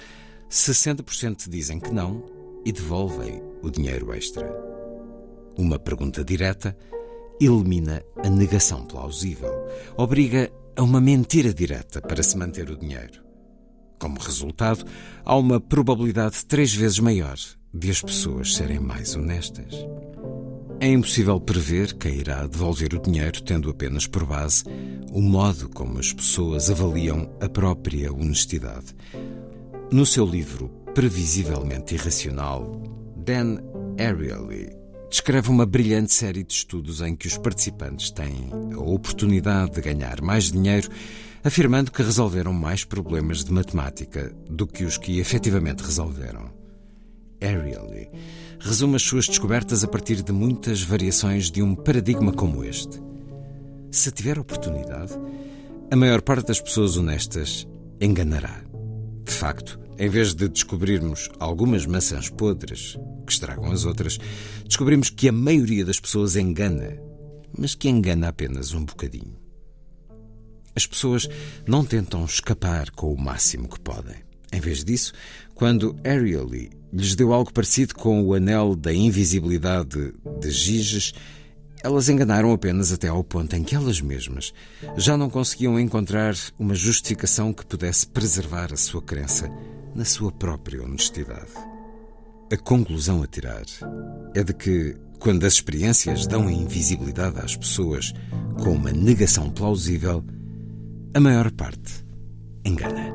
60% dizem que não e devolvem o dinheiro extra. Uma pergunta direta elimina a negação plausível, obriga a uma mentira direta para se manter o dinheiro. Como resultado, há uma probabilidade 3 vezes maior de as pessoas serem mais honestas. É impossível prever quem irá devolver o dinheiro tendo apenas por base o modo como as pessoas avaliam a própria honestidade. No seu livro Previsivelmente Irracional, Dan Ariely descreve uma brilhante série de estudos em que os participantes têm a oportunidade de ganhar mais dinheiro, afirmando que resolveram mais problemas de matemática do que os que efetivamente resolveram. Ariely resume as suas descobertas a partir de muitas variações de um paradigma como este. Se tiver oportunidade, a maior parte das pessoas honestas enganará. De facto, em vez de descobrirmos algumas maçãs podres que estragam as outras, descobrimos que a maioria das pessoas engana, mas que engana apenas um bocadinho. As pessoas não tentam escapar com o máximo que podem. Em vez disso, quando Ariely lhes deu algo parecido com o anel da invisibilidade de Giges, elas enganaram apenas até ao ponto em que elas mesmas já não conseguiam encontrar uma justificação que pudesse preservar a sua crença na sua própria honestidade. A conclusão a tirar é de que, quando as experiências dão invisibilidade às pessoas com uma negação plausível, a maior parte engana.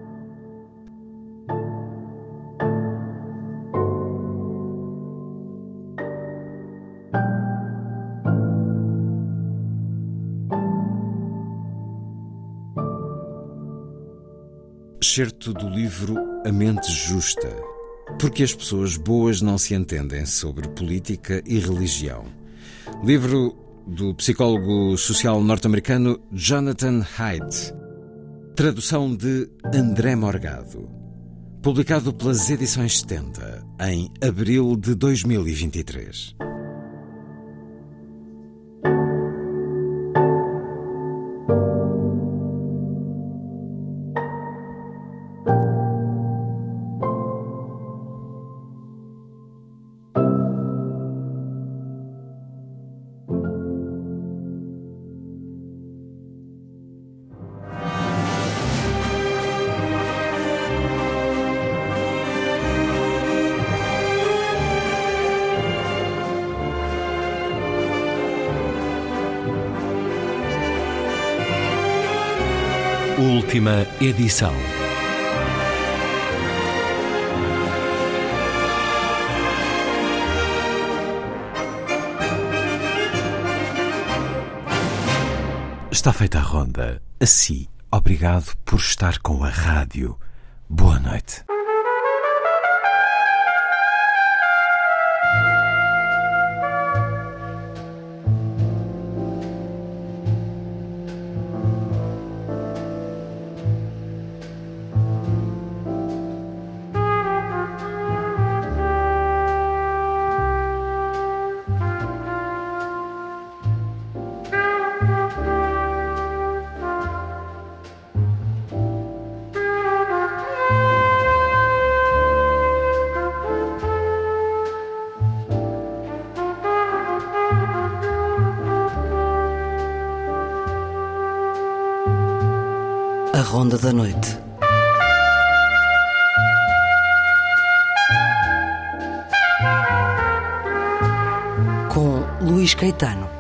Excerto do livro A Mente Justa, porque as pessoas boas não se entendem sobre política e religião. Livro do psicólogo social norte-americano Jonathan Haidt. Tradução de André Morgado. Publicado pelas Edições 70, em abril de 2023. Última edição. Está feita a ronda. A si, obrigado por estar com a rádio. Boa noite. A Ronda da Noite. Com Luís Caetano.